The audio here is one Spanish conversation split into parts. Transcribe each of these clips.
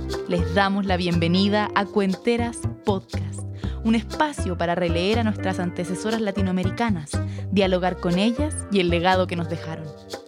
Les damos la bienvenida a Cuenteras Podcast, un espacio para releer a nuestras antecesoras latinoamericanas, dialogar con ellas y el legado que nos dejaron.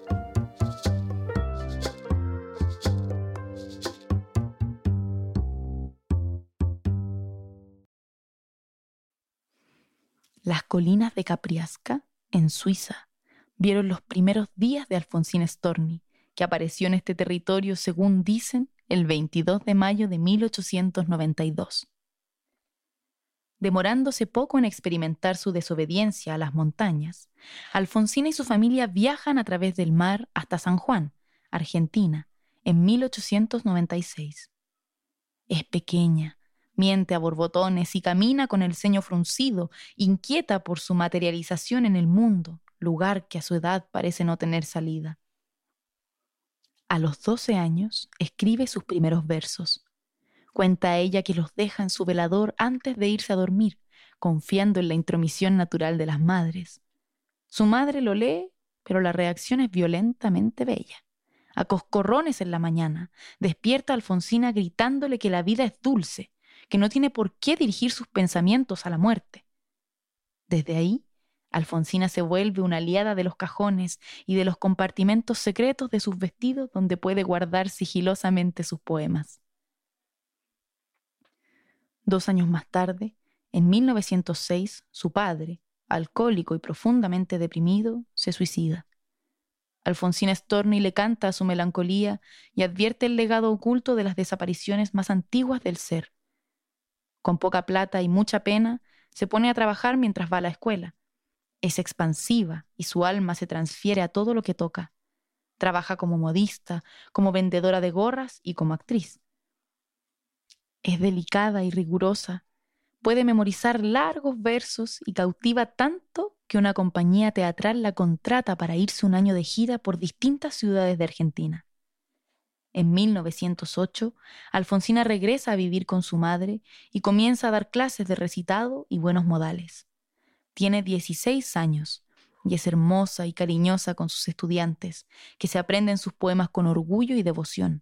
Las colinas de Capriasca, en Suiza, vieron los primeros días de Alfonsín Storni, que apareció en este territorio, según dicen, el 22 de mayo de 1892. Demorándose poco en experimentar su desobediencia a las montañas, Alfonsina y su familia viajan a través del mar hasta San Juan, Argentina, en 1896. Es pequeña, miente a borbotones y camina con el ceño fruncido, inquieta por su materialización en el mundo, lugar que a su edad parece no tener salida. A los 12 años escribe sus primeros versos. Cuenta ella que los deja en su velador antes de irse a dormir, confiando en la intromisión natural de las madres. Su madre lo lee, pero la reacción es violentamente bella. A coscorrones en la mañana, despierta a Alfonsina gritándole que la vida es dulce, que no tiene por qué dirigir sus pensamientos a la muerte. Desde ahí, Alfonsina se vuelve una aliada de los cajones y de los compartimentos secretos de sus vestidos donde puede guardar sigilosamente sus poemas. 2 años más tarde, en 1906, su padre, alcohólico y profundamente deprimido, se suicida. Alfonsina Storni le canta a su melancolía y advierte el legado oculto de las desapariciones más antiguas del ser. Con poca plata y mucha pena, se pone a trabajar mientras va a la escuela. Es expansiva y su alma se transfiere a todo lo que toca. Trabaja como modista, como vendedora de gorras y como actriz. Es delicada y rigurosa. Puede memorizar largos versos y cautiva tanto que una compañía teatral la contrata para irse un año de gira por distintas ciudades de Argentina. En 1908, Alfonsina regresa a vivir con su madre y comienza a dar clases de recitado y buenos modales. Tiene 16 años y es hermosa y cariñosa con sus estudiantes, que se aprenden sus poemas con orgullo y devoción.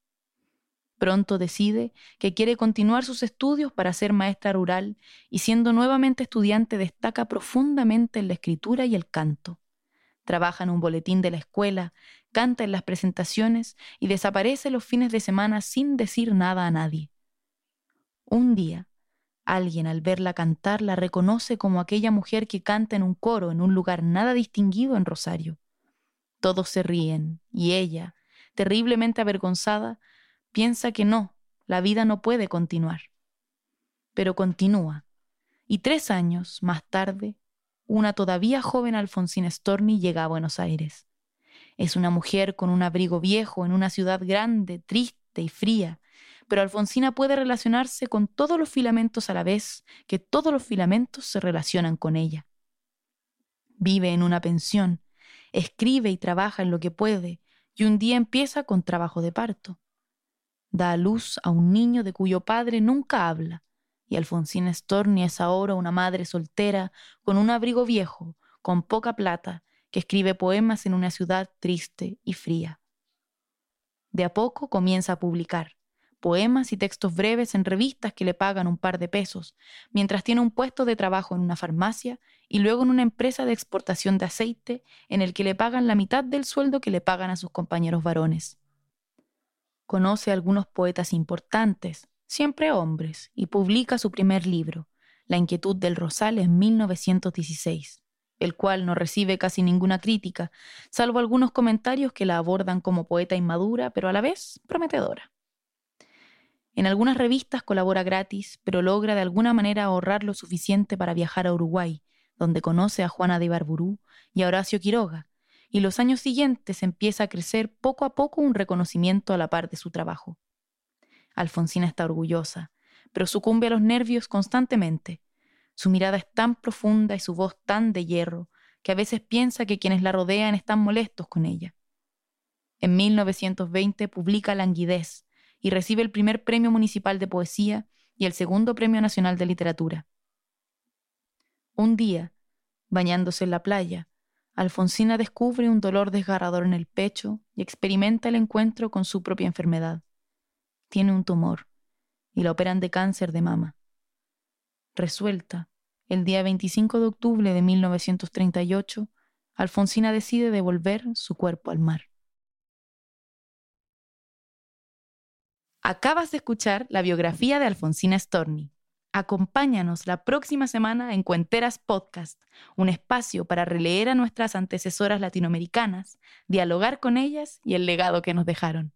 Pronto decide que quiere continuar sus estudios para ser maestra rural y siendo nuevamente estudiante destaca profundamente en la escritura y el canto. Trabaja en un boletín de la escuela, canta en las presentaciones y desaparece los fines de semana sin decir nada a nadie. Un día, alguien al verla cantar la reconoce como aquella mujer que canta en un coro en un lugar nada distinguido en Rosario. Todos se ríen y ella, terriblemente avergonzada, piensa que no, la vida no puede continuar. Pero continúa, y 3 años más tarde, una todavía joven Alfonsina Storni llega a Buenos Aires. Es una mujer con un abrigo viejo en una ciudad grande, triste y fría, pero Alfonsina puede relacionarse con todos los filamentos a la vez que todos los filamentos se relacionan con ella. Vive en una pensión, escribe y trabaja en lo que puede, y un día empieza con trabajo de parto. Da a luz a un niño de cuyo padre nunca habla, y Alfonsina Storni es ahora una madre soltera, con un abrigo viejo, con poca plata, que escribe poemas en una ciudad triste y fría. De a poco comienza a publicar poemas y textos breves en revistas que le pagan un par de pesos, mientras tiene un puesto de trabajo en una farmacia y luego en una empresa de exportación de aceite en el que le pagan la mitad del sueldo que le pagan a sus compañeros varones. Conoce a algunos poetas importantes, siempre hombres, y publica su primer libro, La inquietud del rosal, en 1916, el cual no recibe casi ninguna crítica, salvo algunos comentarios que la abordan como poeta inmadura, pero a la vez prometedora. En algunas revistas colabora gratis, pero logra de alguna manera ahorrar lo suficiente para viajar a Uruguay, donde conoce a Juana de Ibarburu y a Horacio Quiroga, y los años siguientes empieza a crecer poco a poco un reconocimiento a la par de su trabajo. Alfonsina está orgullosa, pero sucumbe a los nervios constantemente. Su mirada es tan profunda y su voz tan de hierro que a veces piensa que quienes la rodean están molestos con ella. En 1920 publica Languidez y recibe el primer premio municipal de poesía y el segundo premio nacional de literatura. Un día, bañándose en la playa, Alfonsina descubre un dolor desgarrador en el pecho y experimenta el encuentro con su propia enfermedad. Tiene un tumor y la operan de cáncer de mama. Resuelta, el día 25 de octubre de 1938, Alfonsina decide devolver su cuerpo al mar. Acabas de escuchar la biografía de Alfonsina Storni. Acompáñanos la próxima semana en Cuenteras Podcast, un espacio para releer a nuestras antecesoras latinoamericanas, dialogar con ellas y el legado que nos dejaron.